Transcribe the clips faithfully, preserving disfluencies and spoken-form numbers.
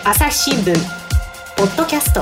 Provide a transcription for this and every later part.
朝日新聞ポッドキャスト。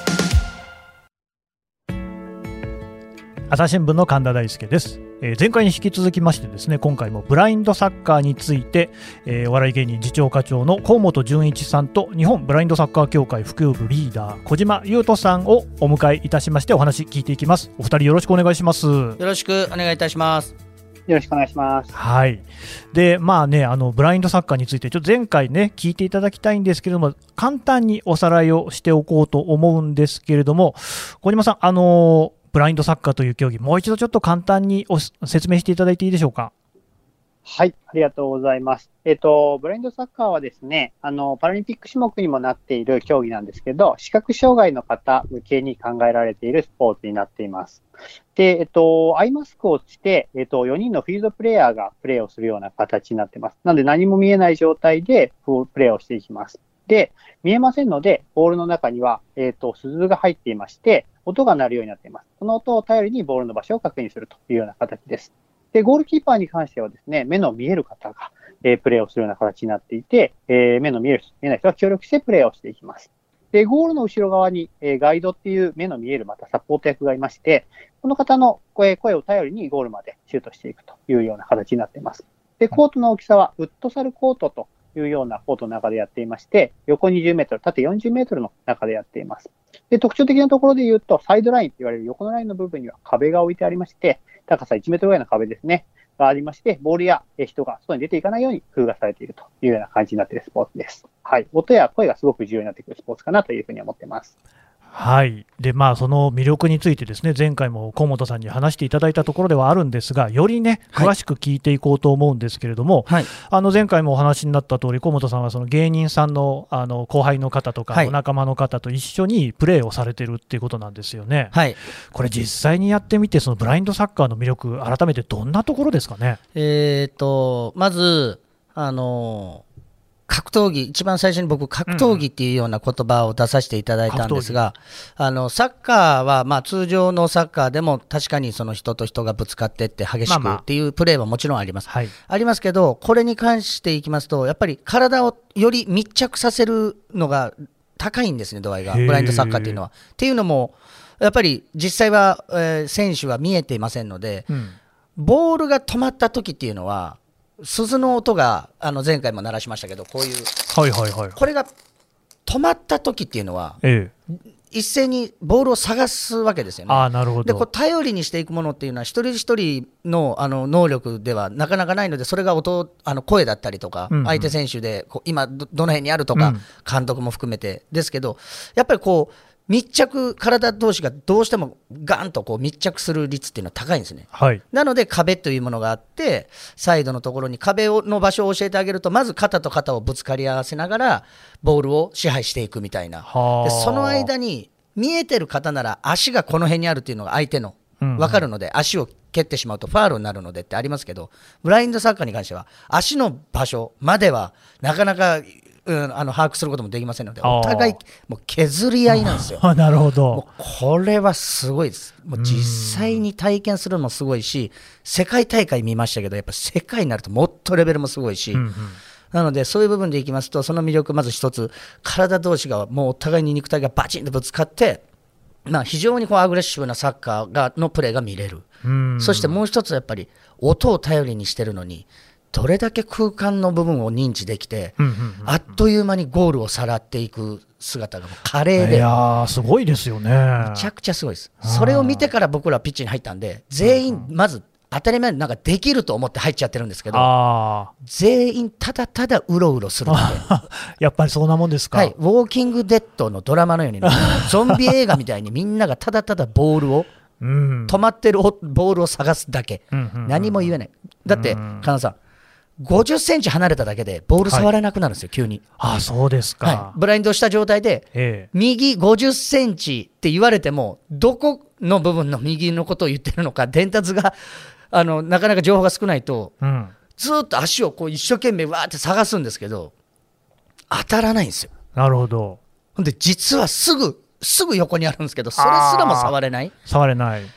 朝日新聞の神田大輔です。えー、前回に引き続きましてですね、今回もブラインドサッカーについて、えー、お笑い芸人次長課長の河本純一さんと日本ブラインドサッカー協会普及部リーダー小島優斗さんをお迎えいたしましてお話聞いていきます。お二人よろしくお願いします。よろしくお願いいたします。 よろしくお願いします。 はい。で、まあね、あのブラインドサッカーについてちょっと前回ね聞いていただきたいんですけれども、簡単におさらいをしておこうと思うんですけれども、小島さん、あのーブラインドサッカーという競技、もう一度ちょっと簡単にお説明していただいていいでしょうか。 はい、ありがとうございます。えっと、ブラインドサッカーはですね、あの、パラリンピック種目にもなっている競技なんですけど、視覚障害の方向けに考えられているスポーツになっています。で、えっと、アイマスクをして、えっと、よにんのフィールドプレイヤーがプレーをするような形になっています。なので何も見えない状態でプレーをしていきます。で、見えませんので、ボールの中には、えっと、鈴が入っていまして、音が鳴るようになっています。その音を頼りにボールの場所を確認するというような形です。で、ゴールキーパーに関してはですね、目の見える方が、えー、プレーをするような形になっていて、えー、目の見える人、見えない人が協力してプレーをしていきます。で、ゴールの後ろ側に、えー、ガイドっていう目の見えるまたサポート役がいまして、この方の声、声を頼りにゴールまでシュートしていくというような形になっています。で、コートの大きさはウッドサルコートというようなコートの中でやっていまして、横にじゅうメートル、縦よんじゅうメートルの中でやっています。で、特徴的なところで言うと、サイドラインと言われる横のラインの部分には壁が置いてありまして、高さいちメートルぐらいの壁ですね、がありまして、ボールや人が外に出ていかないように工夫がされているというような感じになっているスポーツです。はい。音や声がすごく重要になってくるスポーツかなというふうに思っています。 はい。で、まあ、その魅力についてですね、前回も河本さんに話していただいたところではあるんですが、よりね、詳しく聞いていこうと思うんですけれども、はい、あの前回もお話になった通り、河本さんはその芸人さんの、あの後輩の方とか、お仲間の方と一緒にプレーをされてるっていうことなんですよね。はい。これ実際にやってみて、そのブラインドサッカーの魅力、改めてどんなところですかね。 えーと、まず、あの、格闘技、一番最初に僕、格闘技っていうような言葉を出させていただいたんですが、うん、あのサッカーは、まあ、通常のサッカーでも確かにその人と人がぶつかってって激しくっていうプレーはもちろんあります、まあまあ、ありますけど、これに関していきますと、やっぱり体をより密着させるのが高いんですね、度合いが、ブラインドサッカーっていうのは。っていうのも、やっぱり実際は、えー、選手は見えていませんので、うん、ボールが止まった時っていうのは、鈴の音があの前回も鳴らしましたけど、こういう、 はいはいはい、これが止まった時っていうのは、ええ、一斉にボールを探すわけですよね。 あ、なるほど。 で、こう頼りにしていくものっていうのは一人一人 の, あの能力ではなかなかないので、それが音あの声だったりとか、うんうん、相手選手でこう今 ど, どの辺にあるとか、うん、監督も含めてですけど、やっぱりこう密着、体同士がどうしてもガンとこう密着する率っていうのは高いんですね、はい、なので壁というものがあって、サイドのところに壁の場所を教えてあげると、まず肩と肩をぶつかり合わせながらボールを支配していくみたいな。でその間に見えてる方なら足がこの辺にあるっていうのが相手の分かるので、うんうん、足を蹴ってしまうとファールになるのでってありますけど、ブラインドサッカーに関しては足の場所まではなかなかうん、あの把握することもできませんので、お互いもう削り合いなんですよ。 なるほど。 もうこれはすごいです。もう実際に体験するのもすごいし、世界大会見ましたけど、やっぱ世界になるともっとレベルもすごいし、うんうん、なのでそういう部分でいきますと、その魅力まず一つ、体同士がもうお互いに肉体がバチンとぶつかって、まあ、非常にこうアグレッシブなサッカーがのプレーが見れる。そしてもう一つやっぱり音を頼りにしてるのに、どれだけ空間の部分を認知できて、うんうんうんうん、あっという間にゴールをさらっていく姿がもう華麗で、 いやーすごいですよね。 めちゃくちゃすごいです。それを見てから僕らピッチに入ったんで、全員まず当たり前になんかできると思って入っちゃってるんですけど、あ全員ただただうろうろするのでやっぱりそんなもんですか。 はい、ウォーキングデッドのドラマのように、ね、ゾンビ映画みたいにみんながただただボールをうん、止まってるボールを探すだけ、うんうんうん、何も言えない。だって金田さん、ごじゅっセンチ離れただけでボール触れなくなるんですよ、はい、急に。 あ、そうですか、 はい、ブラインドした状態で、ええ、右ごじゅっセンチって言われても、どこの部分の右のことを言ってるのか、伝達があのなかなか情報が少ないと、うん、ずっと足をこう一生懸命わーって探すんですけど、当たらないんですよ。 なるほど。 ほんで実はすぐすぐ横にあるんですけど、それすらも触れない。 触れない。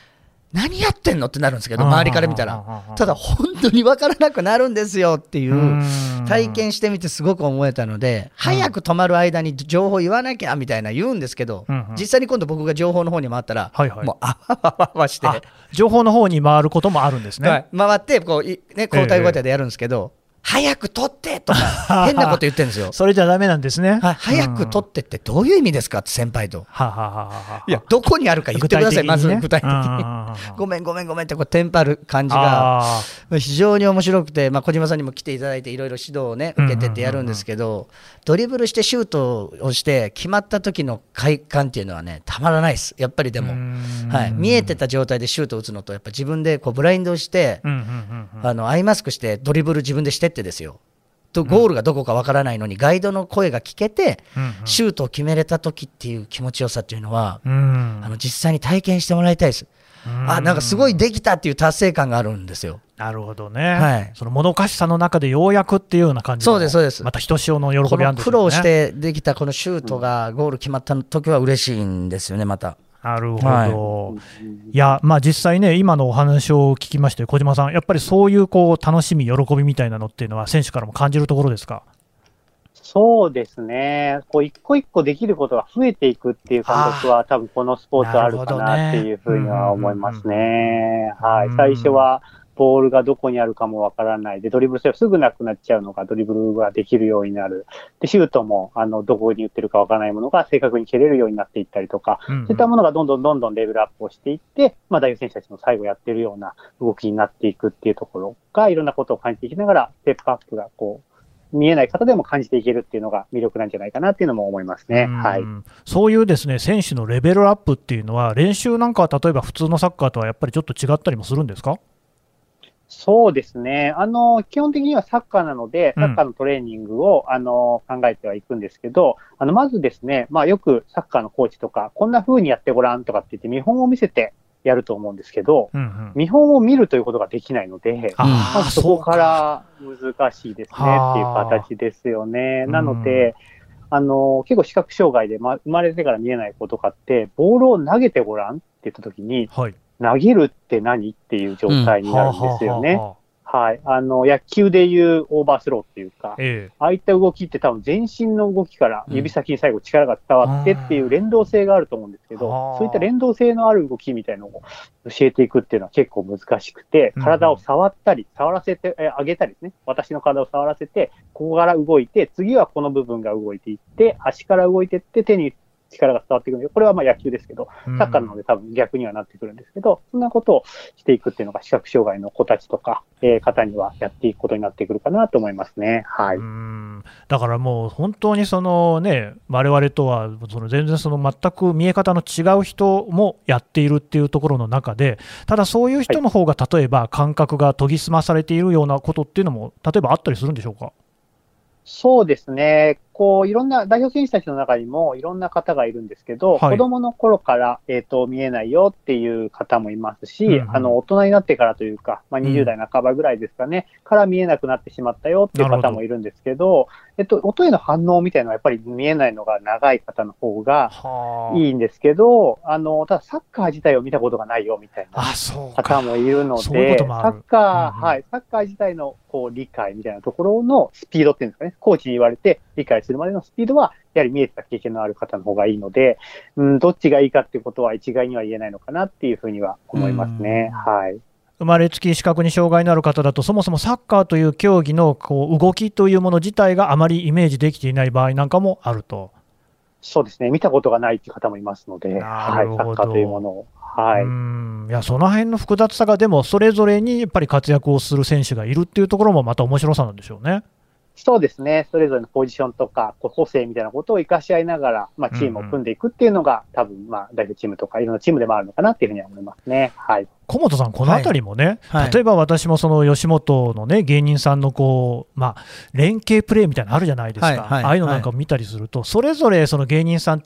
何やってんのってなるんですけど、周りから見たら、ただ本当に分からなくなるんですよっていう体験してみてすごく思えたので、早く止まる間に情報言わなきゃみたいな言うんですけど、実際に今度僕が情報の方に回ったら、もうあわわわわして情報の方に回ることもあるんですね。 はい、回ってこう、ね、交代交代でやるんですけど、早く取ってとか変なこと言ってるんですよ。 それじゃダメなんですね。 はい、早く取ってってどういう意味ですかって先輩と。 はははは。 いやどこにあるか言ってください、まず具体的に。ごめんごめんごめんってこうテンパる感じが非常に面白くて、まあ、小島さんにも来ていただいていろいろ指導をね受けてってやるんですけど、ドリブルしてシュートをして決まった時の快感っていうのはねたまらないです。やっぱりでも、はい、見えてた状態でシュートを打つのとやっぱ自分でこうブラインドして、あのアイマスクしてドリブル自分でしてってですよ、とゴールがどこかわからないのにガイドの声が聞けてシュートを決めれた時っていう気持ちよさっていうのは、あの実際に体験してもらいたいです。あ、なんかすごいできたっていう達成感があるんですよ。 なるほどね、 はい、 そのもどかしさの中でようやくっていうような感じ。 そうですそうです。 またひとしおの喜びあるんですよね。 苦労してできたこのシュートがゴール決まった時は嬉しいんですよね。またなるほど、はい、いやまあ実際ね今のお話を聞きまして小島さんやっぱりそういうこう楽しみ喜びみたいなのっていうのは選手からも感じるところですか？ そうですね、こう一個一個できることが増えていくっていう感覚は多分このスポーツあるかなっていうふうには思いますね。はい、最初はボールがどこにあるかもわからないで、ドリブルすればすぐなくなっちゃうのがドリブルができるようになる。で、シュートもあのどこに打ってるかわからないものが正確に蹴れるようになっていったりとか、うんうん、そういったものがどんどんどんどんレベルアップをしていって、まあ代表選手たちも最後やってるような動きになっていくっていうところがいろんなことを感じていきながら、ステップアップがこう、見えない方でも感じていけるっていうのが魅力なんじゃないかなっていうのも思いますね。はい、 そういうですね選手のレベルアップっていうのは練習なんかは例えば普通のサッカーとはやっぱりちょっと違ったりもするんですか？ そうですね。あの、基本的にはサッカーなので、サッカーのトレーニングを、うん、あの、考えてはいくんですけど、あの、まずですね、まあよくサッカーのコーチとか、こんな風にやってごらんとかって言って見本を見せてやると思うんですけど、うんうん、見本を見るということができないので、まずそこから難しいですねっていう形ですよね。なので、あの、結構視覚障害で、ま、生まれてから見えない子とかって、ボールを投げてごらんって言ったときに、はい、投げるって何っていう状態になるんですよね。うんはははははい。あの、野球でいうオーバースローっていうか、ええ、ああいった動きって多分全身の動きから指先に最後力が伝わってっていう連動性があると思うんですけど、うん、そういった連動性のある動きみたいなのを教えていくっていうのは結構難しくて、体を触ったり、触らせて、え上げたりですね。私の体を触らせて、ここから動いて、次はこの部分が動いていって、足から動いていって手に力が伝わってくるので、これはまあ野球ですけど、サッカーなので多分逆にはなってくるんですけど、そんなことをしていくっていうのが視覚障害の子たちとか、えー、方にはやっていくことになってくるかなと思いますね。はい。うんだからもう本当にそのね、我々とはその全然その全く見え方の違う人もやっているっていうところの中で、ただそういう人の方が例えば感覚が研ぎ澄まされているようなことっていうのも例えばあったりするんでしょうか？ そうですね。こう、いろんな代表選手たちの中にもいろんな方がいるんですけど、はい、子供の頃から、えっと、見えないよっていう方もいますし、うんうん、あの、大人になってからというか、まあ、にじゅう代半ばぐらいですかね、うん、から見えなくなってしまったよっていう方もいるんですけど、えっと、音への反応みたいなのはやっぱり見えないのが長い方の方がいいんですけど、あの、ただサッカー自体を見たことがないよみたいな方もいるので、サッカー、うんうん、はい、サッカー自体のこう理解みたいなところのスピードっていうんですかね、コーチに言われて理解するまでのスピードは、やはり見えてた経験のある方の方がいいので、うん、どっちがいいかっていうことは一概には言えないのかなっていうふうには思いますね。はい。 生まれつき視覚に障害のある方だと、そもそもサッカーという競技のこう動きというもの自体があまりイメージできていない場合なんかもあると。 そうですね、見たことがないっていう方もいますので、はい、サッカーというものを。はい、 うんいやその辺の複雑さが、でもそれぞれにやっぱり活躍をする選手がいるっていうところもまた面白さなんでしょうね。 そうですね、それぞれのポジションとか個性みたいなことを生かし合いながら、まあ、チームを組んでいくっていうのが、うんうん、多分まあ代表チームとかいろんなチームでもあるのかなっていうふうには思いますね。はい。小本さん、このあたりもね、はいはい、例えば私もその吉本の、ね、芸人さんのこう、まあ、連携プレーみたいなのあるじゃないですか、はいはい、ああいうのなんかを見たりすると、はい、それぞれその芸人さんって、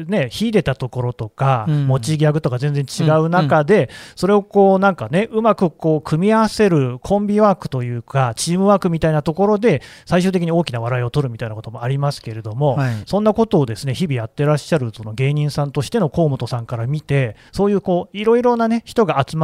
ね、秀でたところとか、うん、持ちギャグとか全然違う中で、うんうん、それをこうなんか、ね、うまくこう組み合わせるコンビワークというか、チームワークみたいなところで、最終的に大きな笑いを取るみたいなこともありますけれども、はい、そんなことをですね日々やってらっしゃるその芸人さんとしての河本さんから見て、そういうこういろいろな、ね、人が集まっ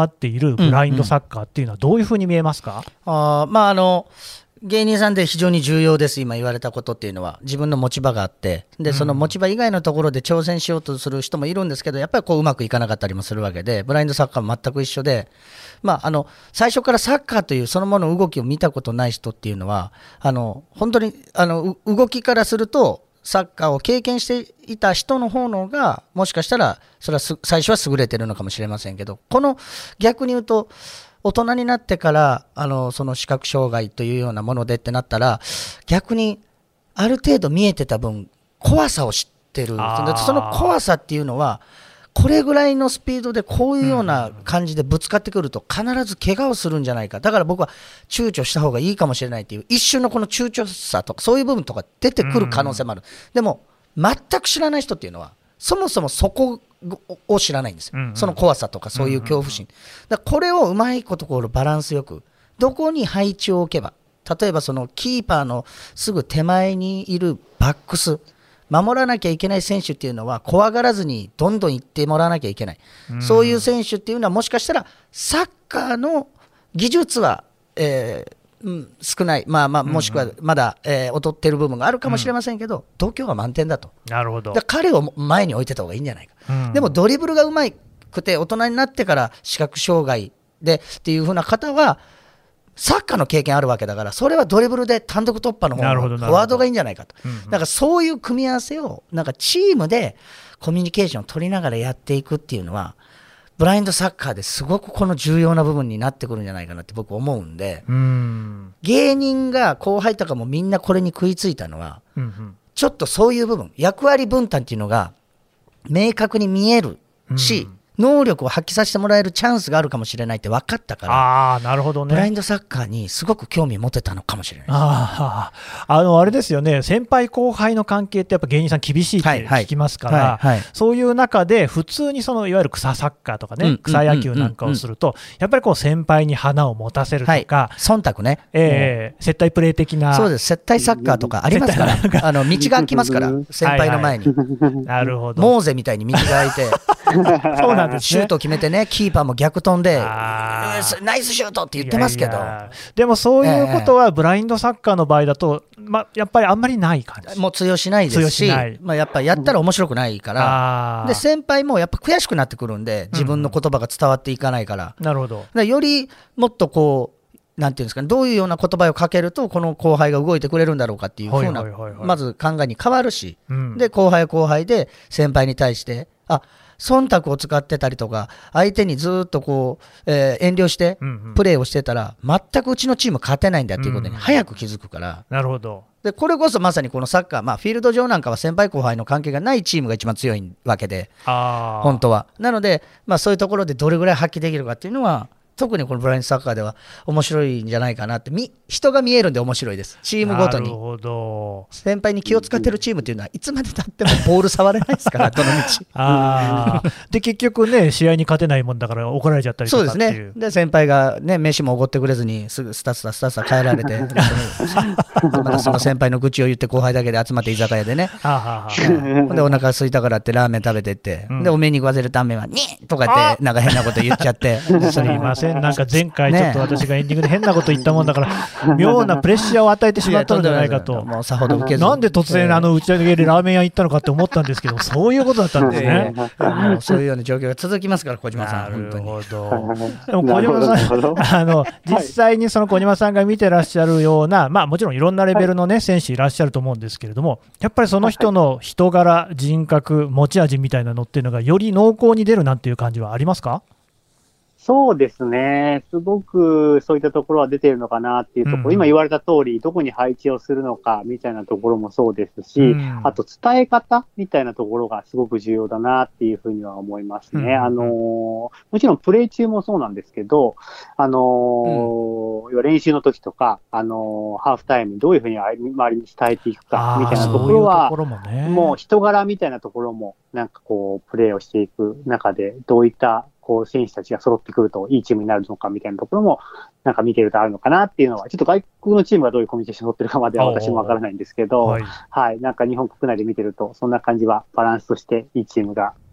っているブラインドサッカーっていうのはどういうふうに見えますか？ うんうん、あまああの芸人さんで非常に重要です、今言われたことっていうのは。自分の持ち場があって、でその持ち場以外のところで挑戦しようとする人もいるんですけど、やっぱりこううまくいかなかったりもするわけで、ブラインドサッカーも全く一緒で、まあ、あの最初からサッカーというそのものの動きを見たことない人っていうのは、あの本当にあの動きからすると、サッカーを経験していた人の方のがもしかしたらそれは最初は優れてるのかもしれませんけど、この逆に言うと大人になってからあのその視覚障害というようなものでってなったら、逆にある程度見えてた分怖さを知ってる。その怖さっていうのはこれぐらいのスピードでこういうような感じでぶつかってくると必ず怪我をするんじゃないか、だから僕は躊躇した方がいいかもしれないっていう一瞬のこの躊躇さとかそういう部分とか出てくる可能性もある。でも全く知らない人っていうのはそもそもそこを知らないんですよ、うんうん、その怖さとかそういう恐怖心、だからこれをうまいことこうバランスよくどこに配置を置けば、例えばそのキーパーのすぐ手前にいるバックス、守らなきゃいけない選手っていうのは怖がらずにどんどん行ってもらわなきゃいけない、うん、そういう選手っていうのはもしかしたらサッカーの技術は、えーうん、少ない、まあまあ、もしくはまだ、うんうんえー、劣っている部分があるかもしれませんけど、うん、度胸は満点だと。 なるほど。 だから彼を前に置いてた方がいいんじゃないか、うん、でもドリブルがうまくて大人になってから視覚障害でっていう風な方はサッカーの経験あるわけだから、それはドリブルで単独突破の方がフォワードがいいんじゃないかと、うんうん、だからそういう組み合わせをなんかチームでコミュニケーションを取りながらやっていくっていうのはブラインドサッカーですごくこの重要な部分になってくるんじゃないかなって僕思うんで、うん芸人が後輩とかもみんなこれに食いついたのは、うんうん、ちょっとそういう部分役割分担っていうのが明確に見えるし、うん能力を発揮させてもらえるチャンスがあるかもしれないって分かったから、 あーなるほどね、 ブラインドサッカーにすごく興味を持てたのかもしれないです。 ああのあれですよね、先輩後輩の関係ってやっぱ芸人さん厳しいって聞きますから、はいはいはいはい、そういう中で普通にそのいわゆる草サッカーとかね、うん、草野球なんかをすると、うんうんうん、やっぱりこう先輩に花を持たせるとか、はい、 忖度ね、 えー、接待プレー的な、 そうです、接待サッカーとかありますからあの道が開きますから先輩の前に、はいはい、 なるほど、 モーゼみたいに道が開いてそうなんですね、 シュートを決めてね、キーパーも逆飛んでナイスシュートって言ってますけど、いやいやでもそういうことはブラインドサッカーの場合だと、ま、やっぱりあんまりない感じ、 もう通用しないですし、まあ、やっぱりやったら面白くないから、うん、で先輩もやっぱ悔しくなってくるんで、自分の言葉が伝わっていかないから、 うん、なるほど、 だからよりもっとこうなんていうんですかね、どういうような言葉をかけるとこの後輩が動いてくれるんだろうかっていう風なまず考えに変わるし、うん、で後輩は後輩で先輩に対してあ忖度を使ってたりとか相手にずっとこう、えー、遠慮してプレーをしてたら、うんうん、全くうちのチーム勝てないんだっていうことに早く気づくから、 うん、なるほど。 でこれこそまさにこのサッカー、まあ、フィールド上なんかは先輩後輩の関係がないチームが一番強いわけで、 あ本当はなので、まあ、そういうところでどれぐらい発揮できるかっていうのは特にこのブラインドサッカーでは面白いんじゃないかなって、み人が見えるんで面白いです、チームごとに。 なるほど。 先輩に気を使ってるチームっていうのはいつまでたってもボール触れないですからどの道あで結局ね試合に勝てないもんだから怒られちゃったりとかっていう。 そうですね。で先輩がね飯もおごってくれずにすぐスタスタスタスタ帰られてまたその先輩の愚痴を言って後輩だけで集まって居酒屋でねでお腹空いたからってラーメン食べてって、うん、でお目に食わせるためはにとか言ってなんか変なこと言っちゃってすみませんなんか前回ちょっと私がエンディングで変なこと言ったもんだから、ね、妙なプレッシャーを与えてしまったんじゃないかと。 もうさほど受けずなんで突然あの打ち上げでラーメン屋行ったのかって思ったんですけどそういうことだったんですね。 もうそういうような状況が続きますから小島さん。 なるほど。でも小島さんあの実際にその小島さんが見てらっしゃるような、まあ、もちろんいろんなレベルの、ね、選手いらっしゃると思うんですけれども、やっぱりその人の人柄人格持ち味みたいなのっていうのがより濃厚に出るなんていう感じはありますか？ そうですね、すごくそういったところは出ているのかなっていうところ、うん、今言われた通り、どこに配置をするのかみたいなところもそうですし、うん、あと伝え方みたいなところがすごく重要だなっていうふうには思いますね。うん、あのー、もちろんプレー中もそうなんですけど、あのーうん、練習の時とか、あのー、ハーフタイムにどういうふうに周りに伝えていくかみたいなところは、 そういうところもね、 もう人柄みたいなところも、なんかこう、プレーをしていく中で、どういったこう選手たちが揃ってくるといいチームになるのかみたいなところもなんか見てるとあるのかなっていうのは、ちょっと外国のチームがどういうコミュニケーションを取ってるかまでは私もわからないんですけど、はい、はい、なんか日本国内で見てるとそんな感じはバランスとしていいチームが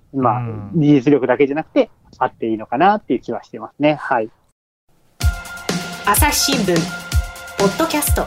まあ、技術力だけじゃなくて、あっていいのかなっていう気はしてますね。はい。 朝日新聞ポッドキャスト。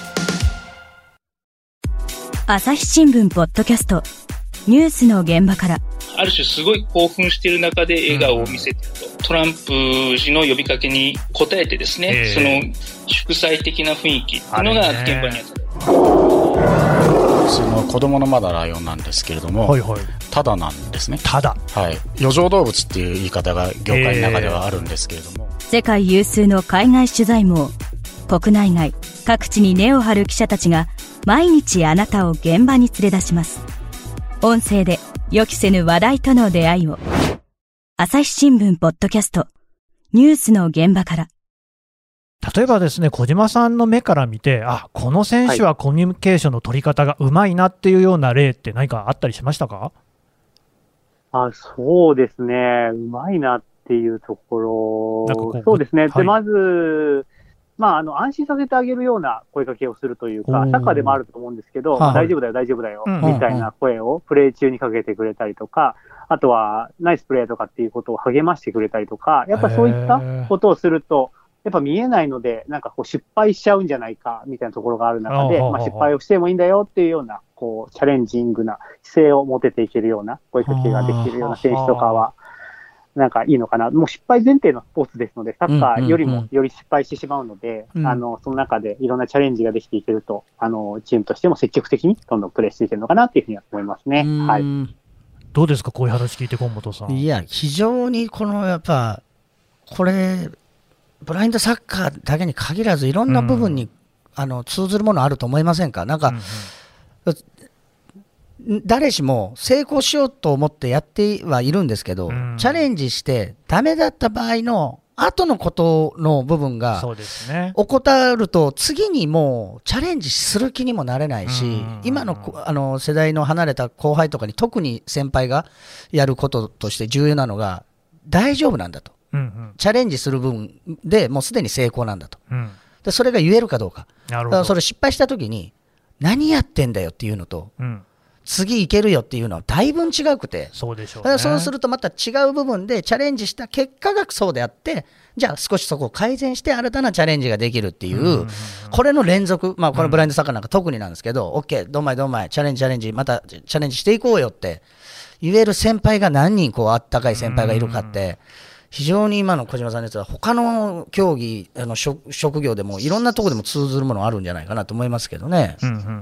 朝日新聞ポッドキャスト、ニュースの現場から。 ある種すごい興奮している中で笑顔を見せていると、トランプ氏の呼びかけに応えてですね、えー、その祝祭的な雰囲気というのが現場にあった。 その子供のまだライオンなんですけれども、はいはい、ただなんですね。 ただ、 はい、余剰動物っていう言い方が業界の中ではあるんですけれども、 えー、世界有数の海外取材網、国内外各地に根を張る記者たちが毎日あなたを現場に連れ出します。音声で予期せぬ話題との出会いを。朝日新聞ポッドキャスト、ニュースの現場から。 例えばですね、小島さんの目から見て、あ、この選手はコミュニケーションの取り方がうまいなっていうような例って何かあったりしましたか？ あ、そうですね、うまいなっていうところ、そうですね、はい、でまず、まあ、あの安心させてあげるような声かけをするというか、サッカーでもあると思うんですけど、まあ、大丈夫だよ、大丈夫だよ、うん、みたいな声をプレー中にかけてくれたりとか、あとはナイスプレーとかっていうことを励ましてくれたりとか、やっぱそういったことをすると、やっぱ見えないので、なんかこう失敗しちゃうんじゃないかみたいなところがある中で、まあ、失敗をしてもいいんだよっていうような、こうチャレンジングな姿勢を持てていけるような声かけができるような選手とかは、なんかいいのかな。もう失敗前提のスポーツですので、サッカーよりもより失敗してしまうので、うんうんうん、あの、その中でいろんなチャレンジができていけると、あの、チームとしても積極的にどんどんプレーしていけるのかなっていうふうには思いますね。はい。 どうですか、こういう話聞いて、今本さん。 いや、非常にこの、やっぱ、これ、ブラインドサッカーだけに限らず、いろんな部分に、うん、あの通ずるものあると思いませんか？なんか、うんうん、誰しも成功しようと思ってやってはいるんですけど、うん、チャレンジしてダメだった場合の後のことの部分が怠ると、次にもうチャレンジする気にもなれないし、うん、今 の, あの世代の離れた後輩とかに特に先輩がやることとして重要なのが、大丈夫なんだと、うんうん、チャレンジする分でもうすでに成功なんだと、うん、でそれが言えるかどうか。なるほど。だからそれ失敗した時に何やってんだよっていうのと、うん、次いけるよっていうのはだいぶ違うくて、 そうでしょうね。 だからそうするとまた違う部分でチャレンジした結果がそうであって、じゃあ少しそこを改善して新たなチャレンジができるっていう、うんうんうん、これの連続、まあこのブラインドサッカーなんか特になんですけど、うん、OK、どんまいどんまい、チャレンジチャレンジ、またチャレンジしていこうよって言える先輩が何人こうあったかい先輩がいるかって、うんうん、非常に今の小島さんのやつは他の競技、あの 職, 職業でもいろんなところでも通ずるものあるんじゃないかなと思いますけどね、うんうんうんうん、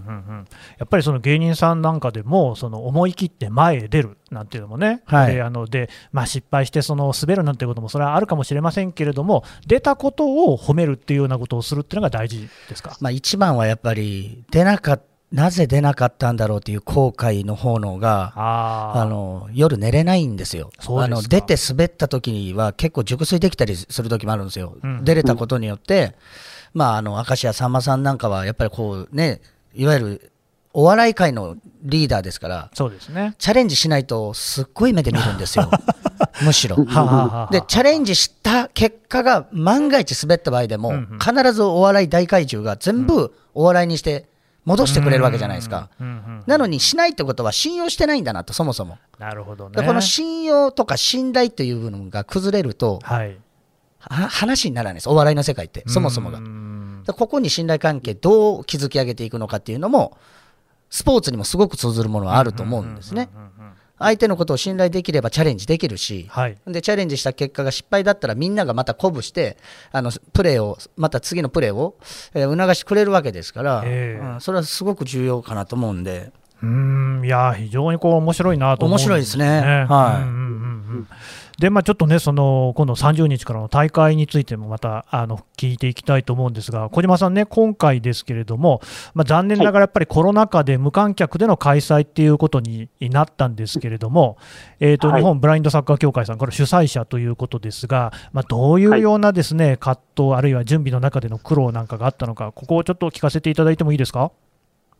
やっぱりその芸人さんなんかでもその思い切って前へ出るなんていうのもね、はい、であのでまあ、失敗してその滑るなんていうこともそれはあるかもしれませんけれども、出たことを褒めるっていうようなことをするっていうのが大事ですか？ まあ、一番はやっぱり出なかった、なぜ出なかったんだろうという後悔の方のが、ああの夜寝れないんですよ。あの出て滑った時には結構熟睡できたりする時もあるんですよ、うん、出れたことによって、うん、まあ、あの明石家さんまさんなんかはやっぱりこうね、いわゆるお笑い界のリーダーですから、 そうですね、 チャレンジしないとすっごい目で見るんですよむしろでチャレンジした結果が万が一滑った場合でも、うんうん、必ずお笑い大怪獣が全部お笑いにして戻してくれるわけじゃないですか、うんうんうん、なのにしないってことは信用してないんだなと、そもそも。 なるほどね。 この信用とか信頼という部分が崩れると、 はい、 話にならないです、お笑いの世界ってそもそもが。ここに信頼関係どう築き上げていくのかっていうのもスポーツにもすごく通ずるものはあると思うんですね。相手のことを信頼できればチャレンジできるし、はい、でチャレンジした結果が失敗だったらみんながまた鼓舞してあのプレーをまた次のプレーを、えー、促してくれるわけですから、えーうん、それはすごく重要かなと思うんで、 うーん、いや非常にこう面白いなと思うんですね。 面白いですね、はい、うんうんうんうんでまあ、ちょっとね、その今度さんじゅうにちからの大会についてもまたあの聞いていきたいと思うんですが、小島さんね、今回ですけれども、まあ、残念ながらやっぱりコロナ禍で無観客での開催っていうことになったんですけれども、えーと、日本ブラインドサッカー協会さん、これ主催者ということですが、まあ、どういうようなですね、葛藤、あるいは準備の中での苦労なんかがあったのか、ここをちょっと聞かせていただいてもいいですか？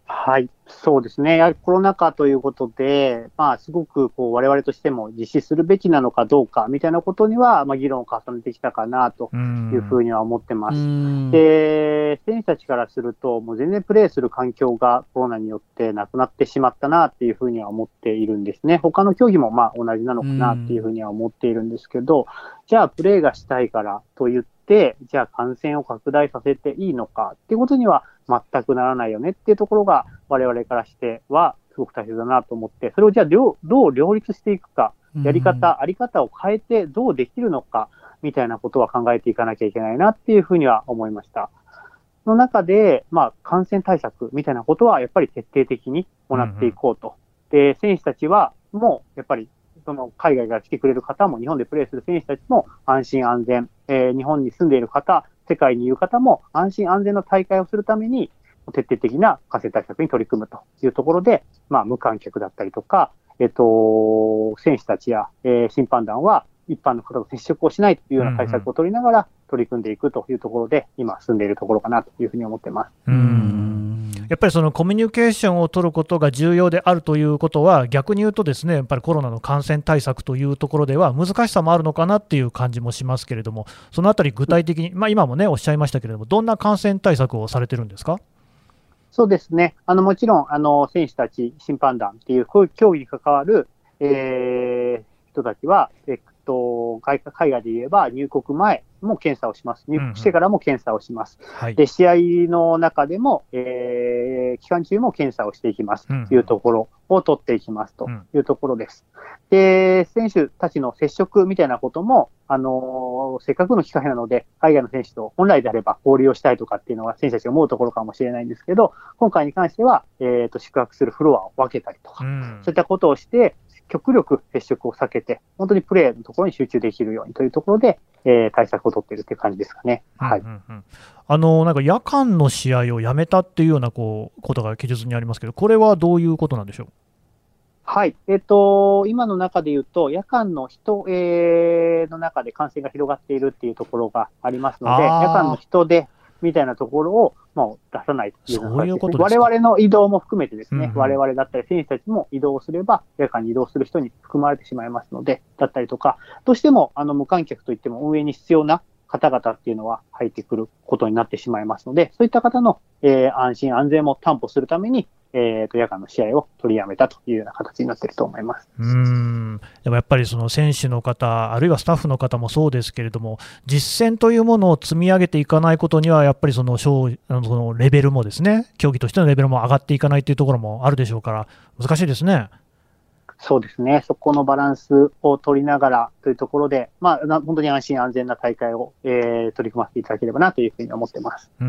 はい、そうですね。やはりコロナ禍ということで、まあ、すごくこう我々としても実施するべきなのかどうかみたいなことには、まあ、議論を重ねてきたかなというふうには思ってます。で、選手たちからすると、もう全然プレーする環境がコロナによってなくなってしまったなっていうふうには思っているんですね。他の競技もまあ同じなのかなっていうふうには思っているんですけど、じゃあプレーがしたいからと言って、じゃあ感染を拡大させていいのかっていうことには全くならないよねっていうところが我々からしてはすごく大切だなと思って、それをじゃあどう両立していくか、やり方、あり方を変えてどうできるのかみたいなことは考えていかなきゃいけないなっていうふうには思いました。その中で、まあ、感染対策みたいなことはやっぱり徹底的に行っていこうと。で、選手たちはもうやっぱりその海外から来てくれる方も、日本でプレーする選手たちも安心安全、えー、日本に住んでいる方、世界にいる方も安心安全の大会をするために徹底的な感染対策に取り組むというところで、まあ、無観客だったりとか、えっと、選手たちや、えー、審判団は一般の方と接触をしないというような対策を取りながら取り組んでいくというところで、今進んでいるところかなというふうに思っています。 うーん、やっぱりそのコミュニケーションを取ることが重要であるということは、逆に言うとですね、やっぱりコロナの感染対策というところでは難しさもあるのかなっていう感じもしますけれども、そのあたり具体的に、まあ、今もねおっしゃいましたけれども、どんな感染対策をされてるんですか？ そうですね。あの、もちろん、あの、選手たち、審判団っていう、こういう競技に関わる、えー、人たちは、えっと、海外で言えば入国前も検査をします。入国してからも検査をします。うんうん、で、試合の中でも、えー、期間中も検査をしていきますというところを取っていきますというところです。うん、で、選手たちの接触みたいなことも、あのー、せっかくの機会なので、海外の選手と本来であれば交流をしたいとかっていうのは選手たちが思うところかもしれないんですけど、今回に関しては、えーと、宿泊するフロアを分けたりとか、うん、そういったことをして、極力接触を避けて、本当にプレーのところに集中できるようにというところで、えー、対策を取っているという感じですかね。はい。うんうんうん、 あのなんか夜間の試合をやめたっていうようなこうことが記述にありますけど、これはどういうことなんでしょう？ はい。えっと、今の中で言うと、夜間の人、えー、の中で感染が広がっているっていうところがありますので、夜間の人で、みたいなところをもう出さないというのが、ね、我々の移動も含めてですね、うんうん、我々だったり選手たちも移動すれば、夜間に移動する人に含まれてしまいますので、だったりとか、どうしてもあの無観客といっても運営に必要な方々っていうのは入ってくることになってしまいますので、そういった方の、えー、安心安全も担保するために、えー、と夜間の試合を取りやめたというような形になっていると思います。 うーん、でもやっぱりその選手の方、あるいはスタッフの方もそうですけれども、実践というものを積み上げていかないことには、やっぱりそのそのレベルもですね、競技としてのレベルも上がっていかないというところもあるでしょうから、難しいですね。 そうですね、そこのバランスを取りながらというところで、まあ、本当に安心安全な大会を、えー、取り組ませていただければなというふうに思ってます。 うん、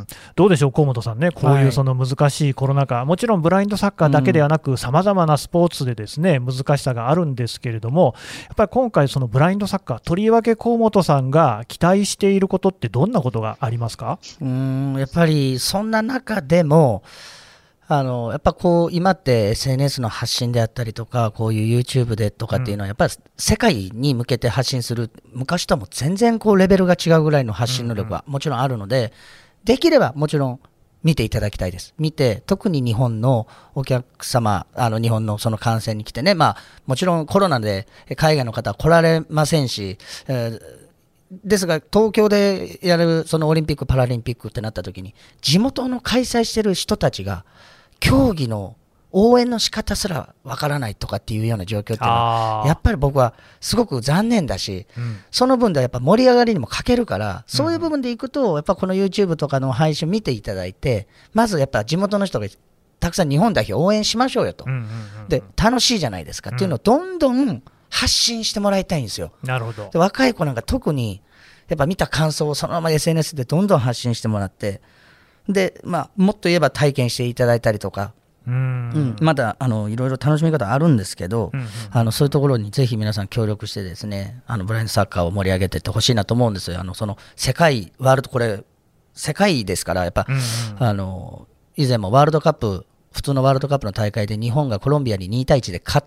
どうでしょう、河本さんね、こういうその難しいコロナ禍、はい、もちろんブラインドサッカーだけではなく、さまざまなスポーツでですね難しさがあるんですけれども、やっぱり今回、そのブラインドサッカー、とりわけ河本さんが期待していることって、どんなことがありますか？ うーん、やっぱりそんな中でも、あのやっぱこう今って エスエヌエス の発信であったりとか、こういう YouTube でとかっていうのはやっぱり世界に向けて発信する、昔とはもう全然こうレベルが違うぐらいの発信能力はもちろんあるので、できればもちろん見ていただきたいです。見て、特に日本のお客様、あの日本のその観戦に来てね、まあもちろんコロナで海外の方は来られませんし、えーですが東京でやるそのオリンピックパラリンピックってなった時に、地元の開催してる人たちが競技の応援の仕方すらわからないとかっていうような状況っていうのはやっぱり僕はすごく残念だし、うん、その分ではやっぱ盛り上がりにも欠けるから、そういう部分でいくとやっぱこの YouTube とかの配信見ていただいて、まずやっぱ地元の人がたくさん日本代表応援しましょうよと、うんうんうんうん、で楽しいじゃないですかっていうのをどんどん発信してもらいたいんですよ。 なるほど。 で若い子なんか特にやっぱ見た感想をそのまま エスエヌエス でどんどん発信してもらって、で、まあ、もっと言えば体験していただいたりとか、うんうん、まだあのいろいろ楽しみ方あるんですけど、うんうん、あのそういうところにぜひ皆さん協力してですね、あのブラインドサッカーを盛り上げていってほしいなと思うんですよ。あのその世界ワールド、これ世界ですから、やっぱ、うんうん、あの以前もワールドカップ、普通のワールドカップの大会で日本がコロンビアににたいいちで勝った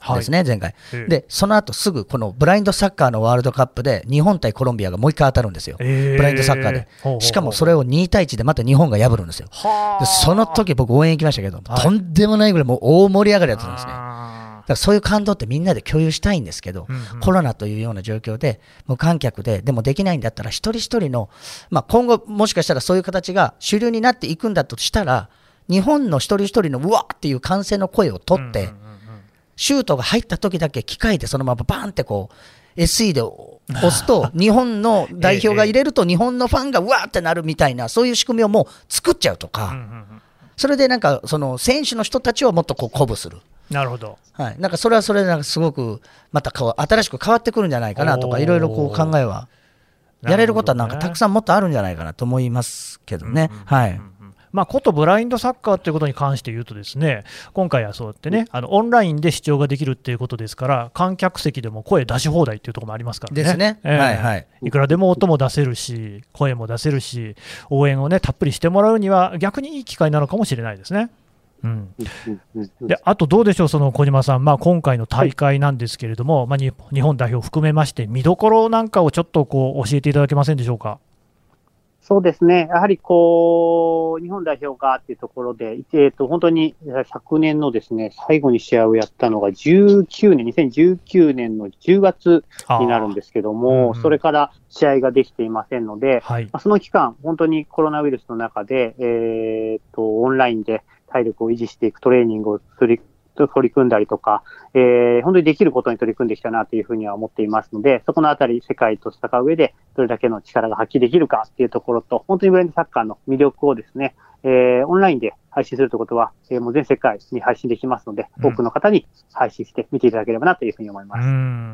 ですね、はい、前回、えー、でその後すぐこのブラインドサッカーのワールドカップで日本対コロンビアがもう一回当たるんですよ、えー、ブラインドサッカーで。ほうほうほう、しかもそれをにたいいちでまた日本が破るんですよ。でその時僕応援行きましたけど、はい、とんでもないぐらいもう大盛り上がりだったんですね。だからそういう感動ってみんなで共有したいんですけど、うんうん、コロナというような状況で無観客ででもできないんだったら一人一人の、まあ、今後もしかしたらそういう形が主流になっていくんだとしたら、日本の一人一人のうわーっていう歓声の声を取って、うんうんうん、シュートが入った時だけ機械でそのままバーンってこう エスイー で押すと日本の代表が入れると日本のファンがうわーってなるみたいな、そういう仕組みをもう作っちゃうとか、それでなんかその選手の人たちをもっとこう鼓舞する。 なるほど、 はい、なんかそれはそれでなんかすごくまたこう新しく変わってくるんじゃないかなとか、いろいろこう考えはやれることはなんかたくさんもっとあるんじゃないかなと思いますけどね。はい。 まあ、ことブラインドサッカーということに関して言うとですね、今回はそうやってね、あのオンラインで視聴ができるっていうことですから、観客席でも声出し放題っていうところもありますからね。 ですね。えー、はいはい。 いくらでも音も出せるし、声も出せるし、応援をねたっぷりしてもらうには逆にいい機会なのかもしれないですね。うん、であとどうでしょう、その小島さん、まあ、今回の大会なんですけれども、はい、まあ、日本代表を含めまして、見どころなんかをちょっとこう教えていただけませんでしょうか。 そうですね、やはりこう日本代表がっていうところで、えー、と本当に昨年のですね最後に試合をやったのがじゅうきゅうねん、にせんじゅうきゅうねんのじゅうがつになるんですけども、うん、それから試合ができていませんので、はい、まあ、その期間、本当にコロナウイルスの中で、えー、とオンラインで体力を維持していくトレーニングをする取り組んだりとか、えー、本当にできることに取り組んできたなというふうには思っていますので、そこのあたり世界と戦う上でどれだけの力が発揮できるかっていうところと、本当にブラインドサッカーの魅力をですね、えー、オンラインで配信するということは、えー、もう全世界に配信できますので、多くの方に配信して見ていただければなというふうに思います。 うん、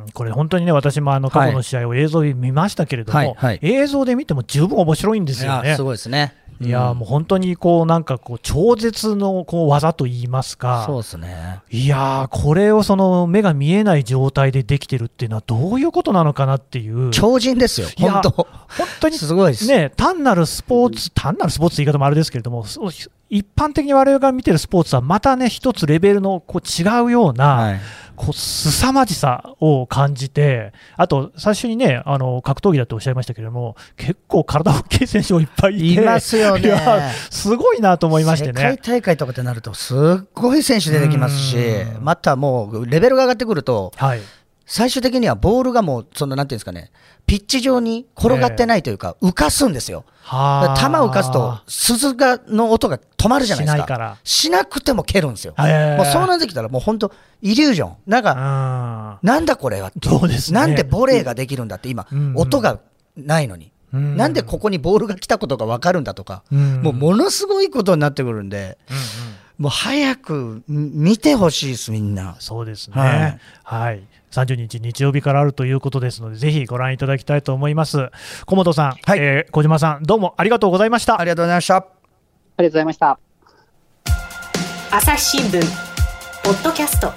これ本当にね、私もあの過去の試合を映像で見ましたけれども、はいはいはい、映像で見ても十分面白いんですよね。 いや、すごいですね。 いやもう本当にこうなんかこう超絶のこう技といいますか、 そうですね。 いやこれをその目が見えない状態でできてるっていうのはどういうことなのかなっていう、 超人ですよ、本当、 本当にすごいですね。単なるスポーツ、単なるスポーツという言い方もあれですけれども、一般的に我々が見てるスポーツはまたね一つレベルのこう違うような、はい、こう凄まじさを感じて、あと最初にねあの格闘技だとおっしゃいましたけれども、結構体大きい選手もいっぱいいて、 いますよね。いやすごいなと思いましてね。 世界大会とかってなるとすっごい選手出てきますし、またもうレベルが上がってくると、はい、最終的にはボールがもうそのなんていうんですかね、ピッチ上に転がってないというか、えー、浮かすんですよ。球を浮かすと鈴がの音が止まるじゃないですか。しないからしなくても蹴るんですよ。えー、もうそうなってきたらもう本当イリュージョン、なんかなんだこれはって、 そうですね、 なんでボレーができるんだって今、うんうん、音がないのに、うん、なんでここにボールが来たことが分かるんだとか、うん、もうものすごいことになってくるんで、うんうん、もう早く見てほしいです、みんな。 そうですね、はい、はい、さんじゅうににち日曜日からあるということですので、ぜひご覧いただきたいと思います。小本さん、はい、えー、小島さん、どうもありがとうございました。 ありがとうございました。ありがとうございました。 朝日新聞ポッドキャスト。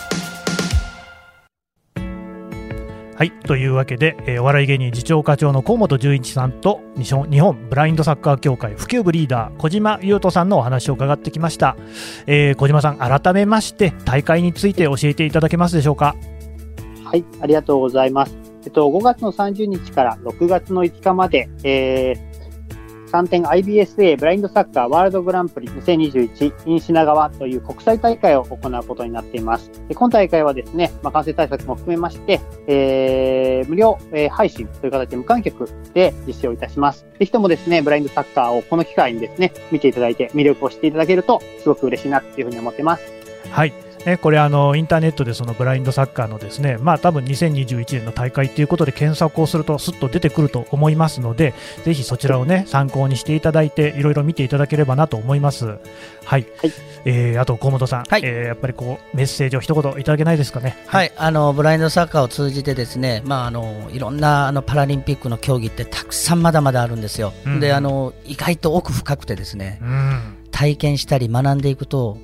はい、というわけで、えー、お笑い芸人次長課長の河本純一さんと日本、日本ブラインドサッカー協会普及部リーダー小島優斗さんのお話を伺ってきました。えー、小島さん、改めまして大会について教えていただけますでしょうか。 はい、ありがとうございます。えっと、ごがつのさんじゅうにちからろくがつのいつかまで、えーさんてんアイビーエスエー ブラインドサッカーワールドグランプリにせんにじゅういち in 品川という国際大会を行うことになっています。で今大会はですね、まあ、感染対策も含めまして、えー、無料、えー、配信という形で無観客で実施をいたします。ぜひともですね、ブラインドサッカーをこの機会にですね、見ていただいて魅力を知っていただけるとすごく嬉しいなというふうに思っています。 はい。ね、これあのインターネットでそのブラインドサッカーのですね、まあ多分にせんにじゅういちねんの大会ということで検索をするとすっと出てくると思いますので、ぜひそちらをね参考にしていただいていろいろ見ていただければなと思います。はい、はい、えー、あと河本さん、はい、えー、やっぱりこうメッセージを一言いただけないですかね。 はい、はい、あのブラインドサッカーを通じてですね、まああのいろんなあのパラリンピックの競技ってたくさんまだまだあるんですよ。うん、であの意外と奥深くてですね、うん、体験したり学んでいくと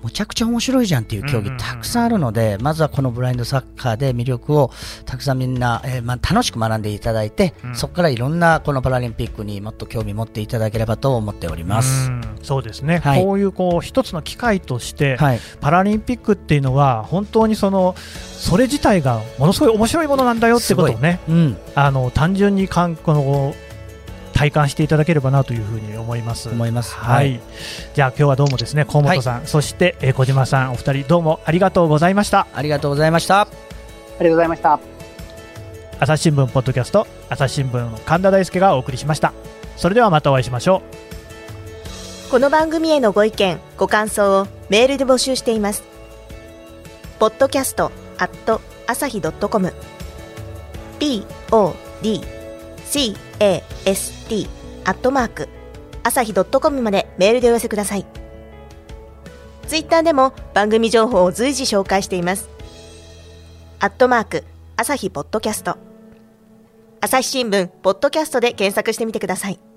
むちゃくちゃ面白いじゃんっていう競技たくさんあるので、うんうん、まずはこのブラインドサッカーで魅力をたくさんみんな、えーまあ、楽しく学んでいただいて、うん、そこからいろんなこのパラリンピックにもっと興味持っていただければと思っております。 うん、そうですね、はい、こういうこう一つの機会として、はい、パラリンピックっていうのは本当にそのそれ自体がものすごい面白いものなんだよってことをね、うん、あの単純にかんこの体感していただければなというふうに思います。 思います。 はい。じゃあ今日はどうもですね、河本さん、はい、そして、えー、小島さん、お二人どうもありがとうございました。 ありがとうございました。 ありがとうございました。 朝日新聞ポッドキャスト、朝日新聞の神田大輔がお送りしました。それではまたお会いしましょう。この番組へのご意見、ご感想をメールで募集しています。ポッドキャストアット朝日ドットコム ピーオーディーシーエーエスティー アットマーク朝日ドットコムまでメールでお寄せください。ツイッターでも番組情報を随時紹介しています。アットマーク朝日ポッドキャスト、朝日新聞ポッドキャストで検索してみてください。